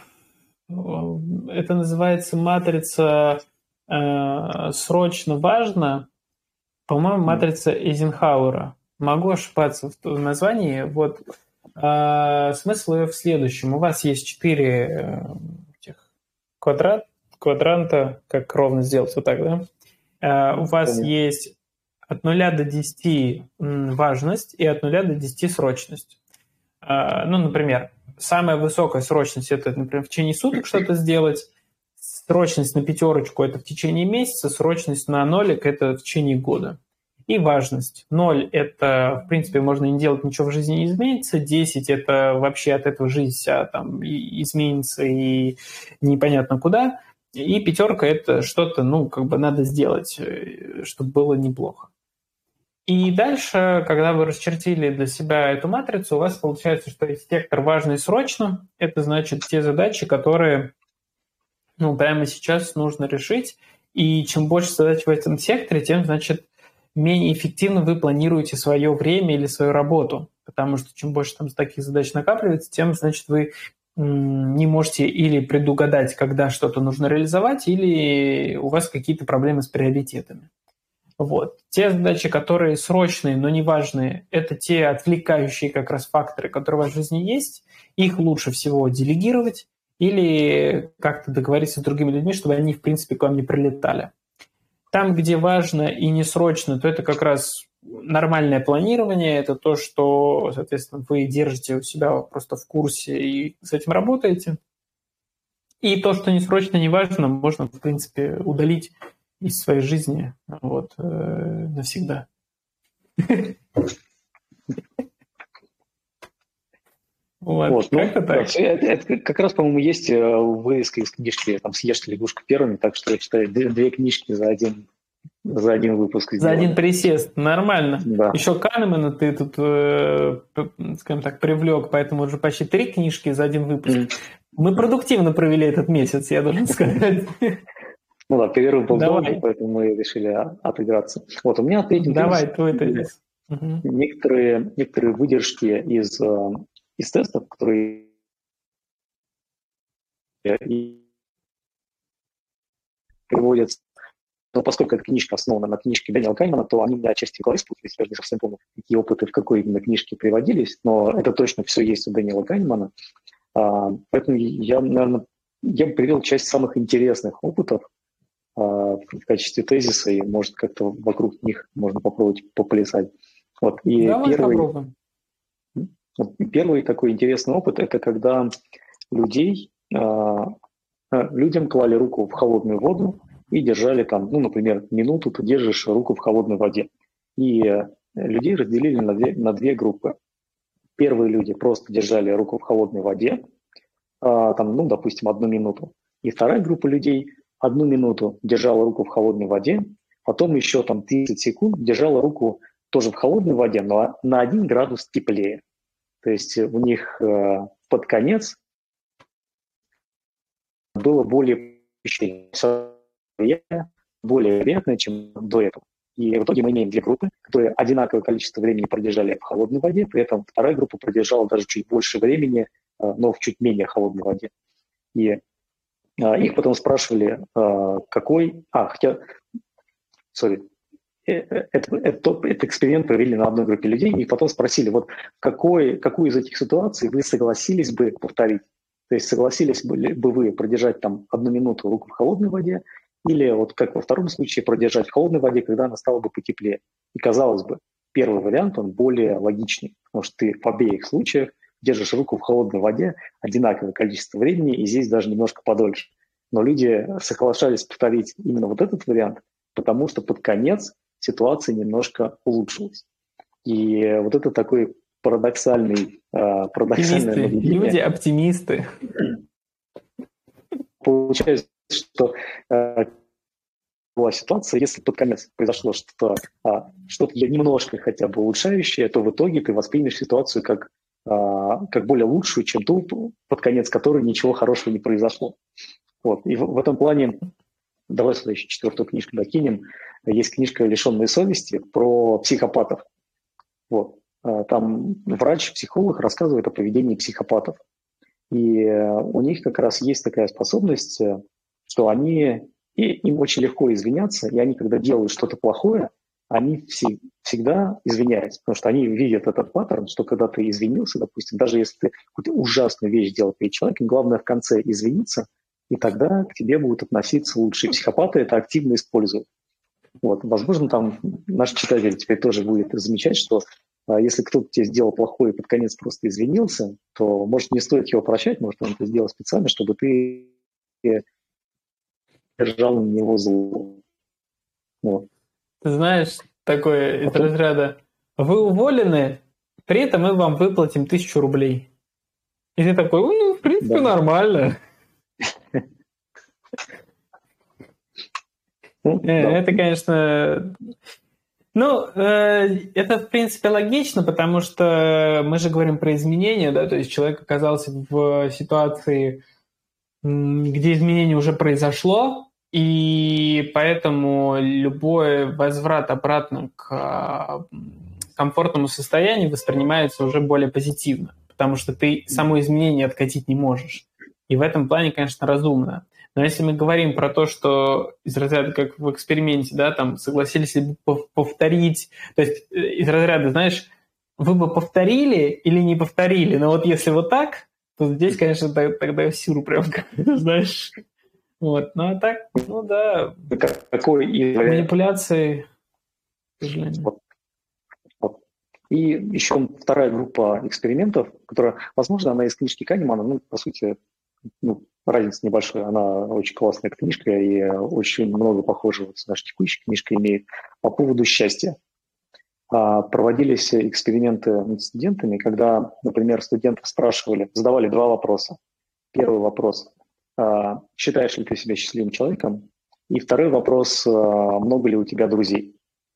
Это называется матрица э, «Срочно важно». По-моему, матрица Эйзенхауэра. Могу ошибаться в названии. Вот. Э, смысл ее в следующем. У вас есть четыре э, квадрат, квадранта, как ровно сделать вот так, да? Э, у вас Понятно. Есть от нуля до десяти важность и от нуля до десяти срочность. Э, ну, например, самая высокая срочность – это, например, в течение суток что-то сделать. Срочность на пятерочку – это в течение месяца. Срочность на нолик – это в течение года. И важность. Ноль – это, в принципе, можно не делать, ничего в жизни не изменится. Десять – это вообще от этого жизнь вся там изменится и непонятно куда. И пятерка – это что-то, ну, как бы надо сделать, чтобы было неплохо. И дальше, когда вы расчертили для себя эту матрицу, у вас получается, что есть сектор важно и срочно. Это значит те задачи, которые ну, прямо сейчас нужно решить. И чем больше задач в этом секторе, тем, значит, менее эффективно вы планируете свое время или свою работу. Потому что чем больше там таких задач накапливается, тем, значит, вы не можете или предугадать, когда что-то нужно реализовать, или у вас какие-то проблемы с приоритетами. Вот. Те задачи, которые срочные, но не важные, это те отвлекающие как раз факторы, которые в вашей жизни есть. Их лучше всего делегировать. или как-то договориться с другими людьми, чтобы они, в принципе, к вам не прилетали. Там, где важно и не срочно, то это как раз нормальное планирование, это то, что, соответственно, вы держите у себя просто в курсе и с этим работаете. И то, что не срочно, не важно, можно, в принципе, удалить из своей жизни вот, э, навсегда. Вот, вот, ну, это, так. Это, это как раз, по-моему, есть вырезка из книжки там «Съешьте лягушку первыми», так что я читаю две, две книжки за один, за один выпуск. За сделали. один присест, нормально. Да. Еще Канемана ты тут, э, скажем так, привлек, поэтому уже почти три книжки за один выпуск. Mm. Мы продуктивно провели этот месяц, я должен сказать. Ну да, перерыв был долгий, поэтому мы решили отыграться. Вот, у меня третий Давай, твой тезис. Некоторые, некоторые выдержки из, из тестов, которые приводятся, но поскольку эта книжка основана на книжке Дэниела Канемана, то они меня отчасти в голове спутались, я не совсем помню, какие опыты в какой именно книжке приводились, но это точно все есть у Дэниела Канемана. Поэтому я, наверное, я привел часть самых интересных опытов в качестве тезиса, и, может, как-то вокруг них можно попробовать поплясать. Вот. И Давай первый, попробуем. Вот, первый такой интересный опыт – это когда людей, людям клали руку в холодную воду и держали там, ну, например, минуту ты держишь руку в холодной воде. И людей разделили на две, на две группы. Первые люди просто держали руку в холодной воде, там, ну, допустим, одну минуту. И вторая группа людей одну минуту держала руку в холодной воде, потом еще там тридцать секунд держала руку тоже в холодной воде, но на один градус теплее. То есть у них э, под конец было более более вероятно, чем до этого. И в итоге мы имеем две группы, которые одинаковое количество времени продержали в холодной воде, при этом вторая группа продержала даже чуть больше времени, э, но в чуть менее холодной воде. И э, их потом спрашивали, э, какой... А, хотя... Сори. Это, это, этот эксперимент провели на одной группе людей, и потом спросили, вот какой, какую из этих ситуаций вы согласились бы повторить? То есть согласились бы, бы вы продержать там одну минуту руку в холодной воде, или вот как во втором случае продержать в холодной воде, когда она стала бы потеплее. И казалось бы, первый вариант, он более логичный, потому что ты в обеих случаях держишь руку в холодной воде одинаковое количество времени, и здесь даже немножко подольше. Но люди соглашались повторить именно вот этот вариант, потому что под конец ситуация немножко улучшилась. И вот это такой парадоксальный, э, парадоксальное наблюдение. Люди оптимисты. Получается, что э, была ситуация, если под конец произошло что-то, э, что-то немножко хотя бы улучшающее, то в итоге ты воспримешь ситуацию как, э, как более лучшую, чем ту, под конец которой ничего хорошего не произошло. Вот. И в, в этом плане, давай сюда еще четвертую книжку докинем. Есть книжка «Лишенные совести» про психопатов. Вот. Там врач-психолог рассказывает о поведении психопатов. И у них как раз есть такая способность, что они, и им очень легко извиняться, и они, когда делают что-то плохое, они все, всегда извиняются, потому что они видят этот паттерн, что когда ты извинился, допустим, даже если ты какую-то ужасную вещь делал перед человеком, главное в конце извиниться, и тогда к тебе будут относиться лучше. И психопаты это активно используют. Вот. Возможно, там наш читатель теперь тоже будет замечать, что а, если кто-то тебе сделал плохое и под конец просто извинился, то, может, не стоит его прощать, может, он это сделал специально, чтобы ты держал на него зло. Вот. Ты знаешь, такое из разряда «Вы уволены, при этом мы вам выплатим тысячу рублей». И ты такой «Ну, в принципе, да. Нормально». Ну, это, да. Конечно... Ну, это, в принципе, логично, потому что мы же говорим про изменения, да, то есть человек оказался в ситуации, где изменение уже произошло, и поэтому любой возврат обратно к комфортному состоянию воспринимается уже более позитивно, потому что ты само изменение откатить не можешь. И в этом плане, конечно, разумно. Но если мы говорим про то, что из разряда, как в эксперименте, да, там согласились ли повторить, то есть из разряда, знаешь, вы бы повторили или не повторили, но вот если вот так, то здесь, конечно, тогда сюр прям, знаешь. Вот, ну а так, ну да, какой манипуляции, к сожалению. Вот. Вот. И еще вторая группа экспериментов, которая, возможно, она из книжки Канемана, ну, по сути, ну, разница небольшая, она очень классная книжка и очень много похожего с нашей текущей книжкой имеет по поводу счастья. Проводились эксперименты над студентами, когда, например, студентов спрашивали, задавали два вопроса. Первый вопрос – считаешь ли ты себя счастливым человеком? И второй вопрос – много ли у тебя друзей?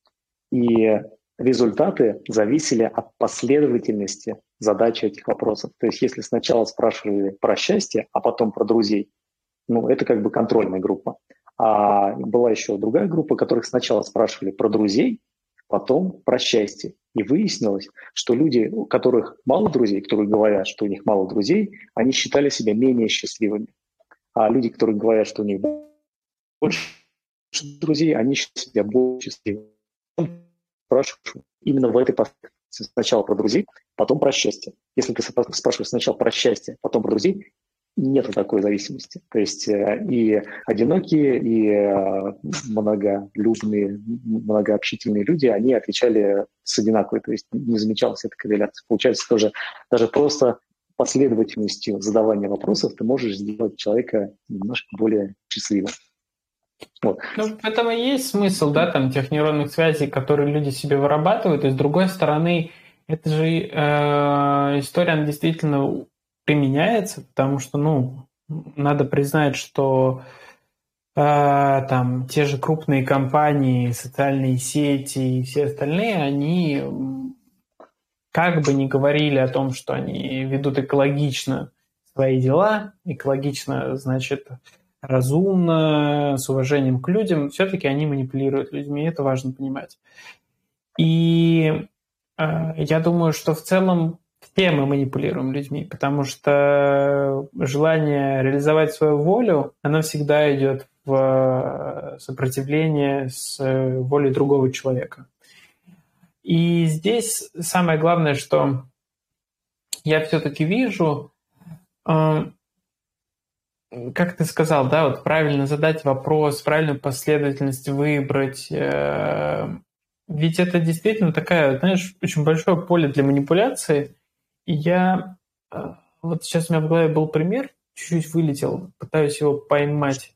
И результаты зависели от последовательности задачи этих вопросов. То есть если сначала спрашивали про счастье, а потом про друзей, ну, это как бы контрольная группа. А была еще другая группа, которых сначала спрашивали про друзей, потом про счастье. И выяснилось, что люди, у которых мало друзей, которые говорят, что у них мало друзей, они считали себя менее счастливыми. А люди, которые говорят, что у них больше друзей, они считают себя более счастливыми. Спрашиваешь именно в этой последовательности. Сначала про друзей, потом про счастье. Если ты спрашиваешь сначала про счастье, потом про друзей, нет такой зависимости. То есть и одинокие, и многолюбные, многообщительные люди, они отвечали с одинаковой, то есть не замечалась эта корреляция. Получается тоже даже просто последовательностью задавания вопросов ты можешь сделать человека немножко более счастливым. Вот. Ну, в этом и есть смысл, да, там, тех нейронных связей, которые люди себе вырабатывают. И с другой стороны, это же э, история, она действительно применяется, потому что, ну, надо признать, что э, там те же крупные компании, социальные сети и все остальные, они как бы ни говорили о том, что они ведут экологично свои дела, экологично, значит, разумно, с уважением к людям, все-таки они манипулируют людьми, это важно понимать. И э, я думаю, что в целом все мы манипулируем людьми, потому что желание реализовать свою волю, оно всегда идет в сопротивление с волей другого человека. И здесь самое главное, что я все-таки вижу, э, как ты сказал, да, вот правильно задать вопрос, правильную последовательность выбрать. Ведь это действительно такая, знаешь, очень большое поле для манипуляции. И я... Вот сейчас у меня в голове был пример, чуть-чуть вылетел, пытаюсь его поймать.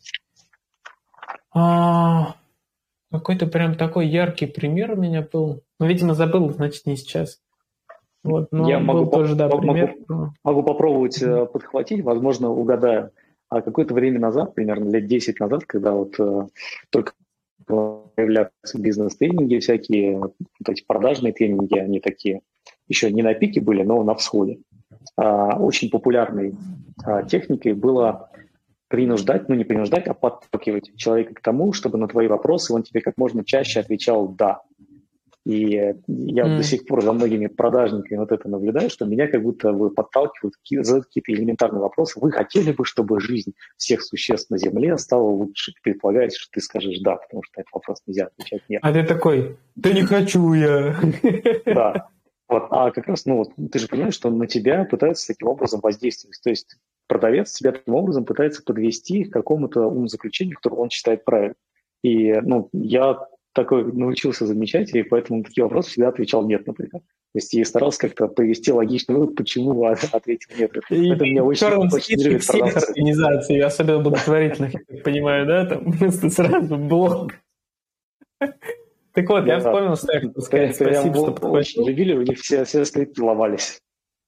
А, какой-то прям такой яркий пример у меня был. Ну, видимо, забыл, значит, не сейчас. Вот, но я был могу, тоже, да, могу, пример. Могу попробовать mm-hmm. подхватить, возможно, угадаю. А какое-то время назад, примерно лет десять назад, когда вот э, только появляются бизнес-тренинги, всякие вот эти продажные тренинги, они такие еще не на пике были, но на всходе. А, очень популярной а, техникой было принуждать, ну не принуждать, а подталкивать человека к тому, чтобы на твои вопросы он тебе как можно чаще отвечал «да». И я mm. до сих пор за многими продажниками вот это наблюдаю, что меня как будто бы подталкивают, задают какие-то элементарные вопросы. Вы хотели бы, чтобы жизнь всех существ на Земле стала лучше? Предполагается, что ты скажешь «да», потому что на этот вопрос нельзя отвечать «нет». А ты такой «да не хочу я». Да. Вот. А как раз, ну вот, ты же понимаешь, что на тебя пытаются таким образом воздействовать. То есть продавец тебя таким образом пытается подвести к какому-то умозаключению, которое он считает правильным. И ну, я такой научился замечать, и поэтому на такие вопросы всегда отвечал «нет», например. То есть я старался как-то привести логичный вывод, почему ответил «нет». И это меня очень, очень любит всех организаций, особенно благотворительных, я так понимаю, да? Там просто сразу блок. Так вот, я вспомнил, что я хотел сказать. Спасибо, что подхватил. Очень любили, у них все скрипты ломались.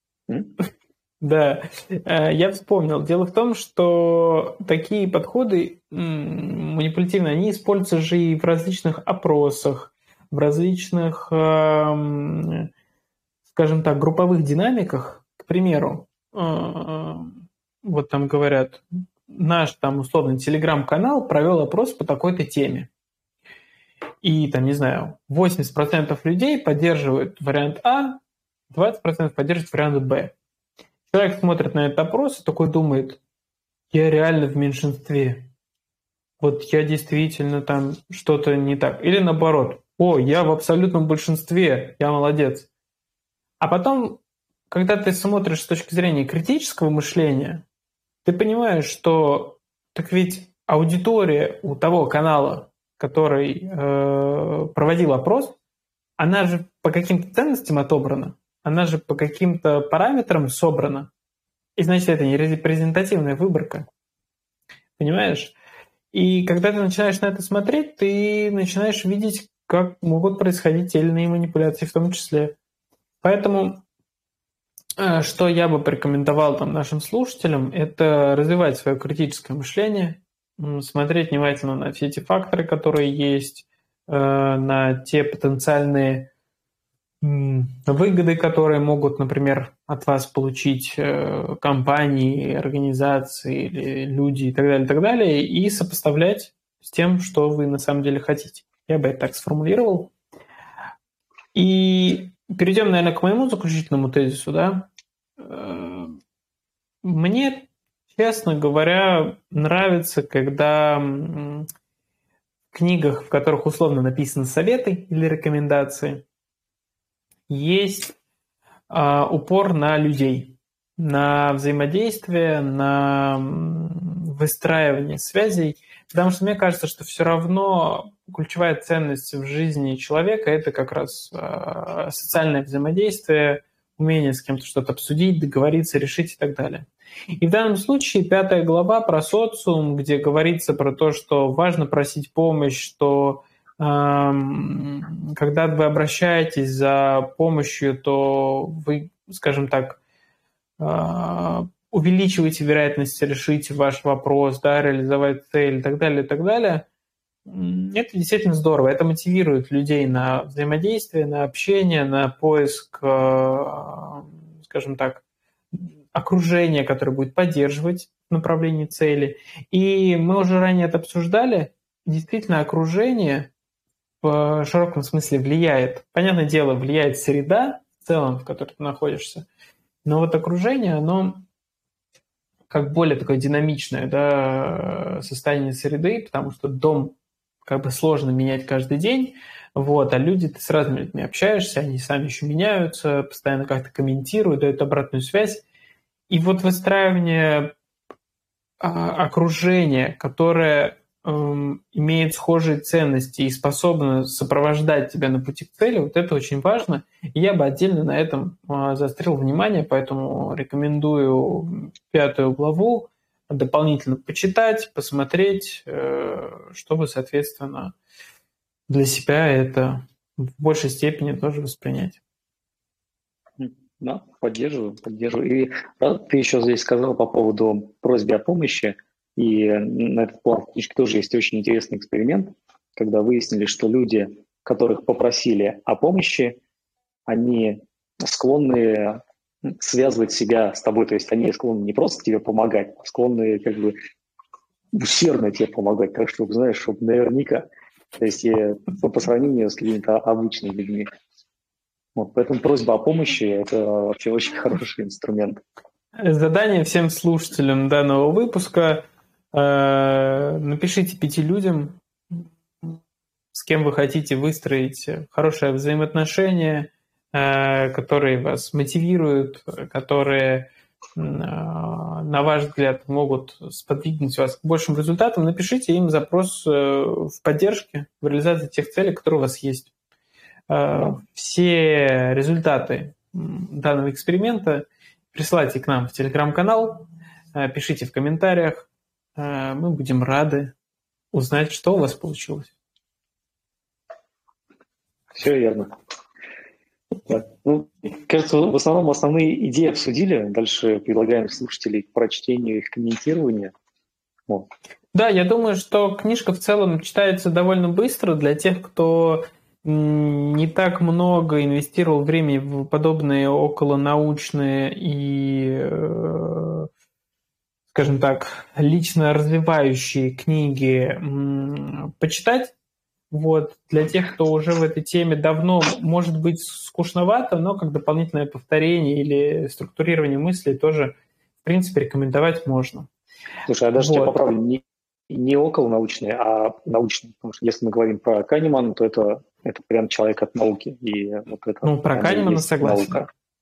Да, я вспомнил. Дело в том, что такие подходы манипулятивные, они используются же и в различных опросах, в различных, скажем так, групповых динамиках. К примеру, вот там говорят, наш там условный телеграм-канал провел опрос по такой-то теме. И там, не знаю, восемьдесят процентов людей поддерживают вариант А, двадцать процентов поддерживают вариант Б. Человек смотрит на этот опрос и такой думает, я реально в меньшинстве. Вот я действительно там что-то не так. Или наоборот, о, я в абсолютном большинстве, я молодец. А потом когда ты смотришь с точки зрения критического мышления, ты понимаешь, что так ведь аудитория у того канала, который э, проводил опрос, она же по каким-то ценностям отобрана, она же по каким-то параметрам собрана. И значит, это не репрезентативная выборка. Понимаешь? И когда ты начинаешь на это смотреть, ты начинаешь видеть, как могут происходить те или иные манипуляции в том числе. Поэтому что я бы порекомендовал там нашим слушателям, это развивать свое критическое мышление, смотреть внимательно на все эти факторы, которые есть, на те потенциальные выгоды, которые могут, например, от вас получить компании, организации, или люди и так далее, и так далее, и сопоставлять с тем, что вы на самом деле хотите. Я бы это так сформулировал. И перейдем, наверное, к моему заключительному тезису, да. Мне, честно говоря, нравится, когда в книгах, в которых условно написаны советы или рекомендации, есть упор на людей, на взаимодействие, на выстраивание связей, потому что мне кажется, что все равно ключевая ценность в жизни человека – это как раз социальное взаимодействие, умение с кем-то что-то обсудить, договориться, решить и так далее. И в данном случае пятая глава про социум, где говорится про то, что важно просить помощь, что э, когда вы обращаетесь за помощью, то вы, скажем так, э, увеличиваете вероятность решить ваш вопрос, да, реализовать цель и так далее, и так далее. Это действительно здорово. Это мотивирует людей на взаимодействие, на общение, на поиск, скажем так, окружения, которое будет поддерживать в направлении цели. И мы уже ранее это обсуждали. Действительно, окружение в широком смысле влияет. Понятное дело, влияет среда в целом, в которой ты находишься. Но вот окружение, оно как более такое динамичное, да, состояние среды, потому что дом как бы сложно менять каждый день, вот, а люди, ты с разными людьми общаешься, они сами еще меняются, постоянно как-то комментируют, дают обратную связь. И вот выстраивание а, окружения, которое эм, имеет схожие ценности и способно сопровождать тебя на пути к цели, вот это очень важно. И я бы отдельно на этом а, заострил внимание, поэтому рекомендую пятую главу дополнительно почитать, посмотреть, чтобы, соответственно, для себя это в большей степени тоже воспринять. Да, поддерживаю, поддерживаю. И да, ты еще здесь сказал по поводу просьбы о помощи, и на этот план в книжке тоже есть очень интересный эксперимент, когда выяснили, что люди, которых попросили о помощи, они склонны связывать себя с тобой, то есть они склонны не просто тебе помогать, а склонны как бы усердно тебе помогать, так что, знаешь, чтобы наверняка, то есть по, по сравнению с какими-то обычными людьми. Вот, поэтому просьба о помощи – это вообще очень хороший инструмент. Задание всем слушателям данного выпуска – напишите пяти людям, с кем вы хотите выстроить хорошее взаимоотношение, которые вас мотивируют, которые, на ваш взгляд, могут сподвигнуть вас к большим результатам, напишите им запрос в поддержке, в реализации тех целей, которые у вас есть. Все результаты данного эксперимента присылайте к нам в Телеграм-канал, пишите в комментариях, мы будем рады узнать, что у вас получилось. Все верно. Ну, кажется, в основном основные идеи обсудили. Дальше предлагаем слушателей к прочтению и к комментированию. Вот. Да, я думаю, что книжка в целом читается довольно быстро для тех, кто не так много инвестировал времени в подобные околонаучные и, скажем так, лично развивающие книги почитать. Вот. Для тех, кто уже в этой теме давно, может быть скучновато, но как дополнительное повторение или структурирование мыслей тоже, в принципе, рекомендовать можно. Слушай, а даже вот. Тебя поправлю, не, не околонаучные, а научные. Потому что если мы говорим про Канемана, то это, это прям человек от науки. И вот это, ну, про Канемана согласен. Наука.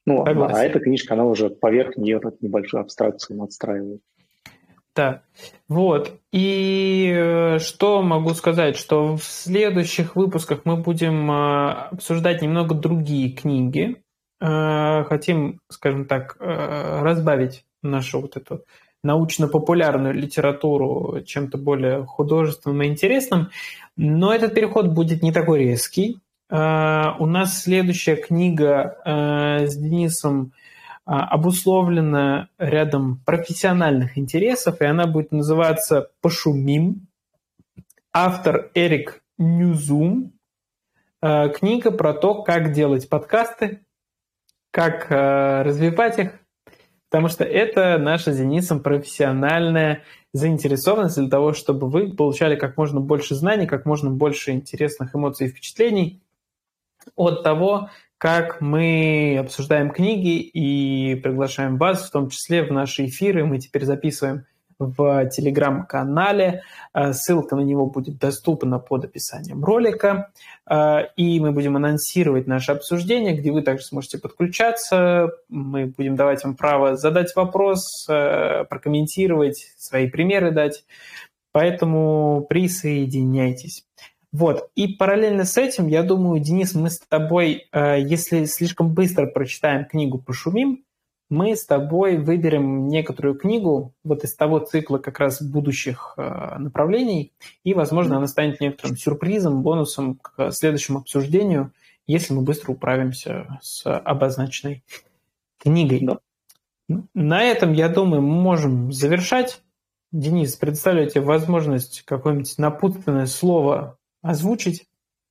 Ну, Согласен. А эта книжка, она уже поверх нее так небольшую абстракцию надстраивает. Да, вот. И что могу сказать, что в следующих выпусках мы будем обсуждать немного другие книги. Хотим, скажем так, разбавить нашу вот эту научно-популярную литературу чем-то более художественным и интересным. Но этот переход будет не такой резкий. У нас следующая книга с Денисом обусловлена рядом профессиональных интересов, и она будет называться «Пошумим». Автор Эрик Ньюзум. Книга про то, как делать подкасты, как развивать их, потому что это наша с Денисом профессиональная заинтересованность для того, чтобы вы получали как можно больше знаний, как можно больше интересных эмоций и впечатлений от того, как мы обсуждаем книги и приглашаем вас, в том числе в наши эфиры. Мы теперь записываем в Телеграм-канале. Ссылка на него будет доступна под описанием ролика. И мы будем анонсировать наше обсуждение, где вы также сможете подключаться. Мы будем давать вам право задать вопрос, прокомментировать, свои примеры дать. Поэтому присоединяйтесь. Вот. И параллельно с этим, я думаю, Денис, мы с тобой, если слишком быстро прочитаем книгу «Пошумим», мы с тобой выберем некоторую книгу вот из того цикла как раз будущих направлений, и, возможно, она станет некоторым сюрпризом, бонусом к следующему обсуждению, если мы быстро управимся с обозначенной книгой. Да. На этом, я думаю, мы можем завершать. Денис, предоставляю тебе возможность какое-нибудь напутственное слово озвучить.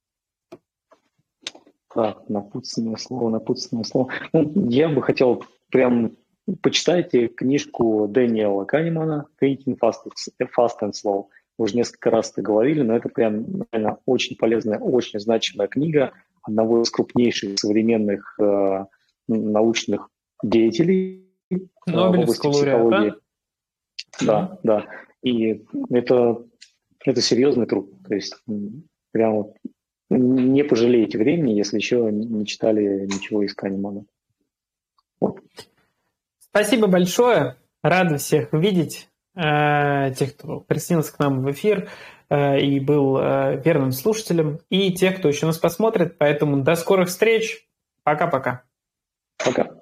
Так, напутственное слово, напутственное слово. Ну, я бы хотел прям почитайте книжку Дэниела Канемана «Thinking Fast, Fast and Slow». Мы уже несколько раз это говорили, но это прям реально очень полезная, очень значимая книга одного из крупнейших современных э, научных деятелей э, в области психологии. Да, да. И это, это серьезный труд. То есть прям не пожалеете времени, если еще не читали ничего из Канемана. Вот. Спасибо большое. Рада всех видеть. Тех, кто присоединился к нам в эфир и был верным слушателем, и тех, кто еще нас посмотрит. Поэтому до скорых встреч. Пока-пока. Пока.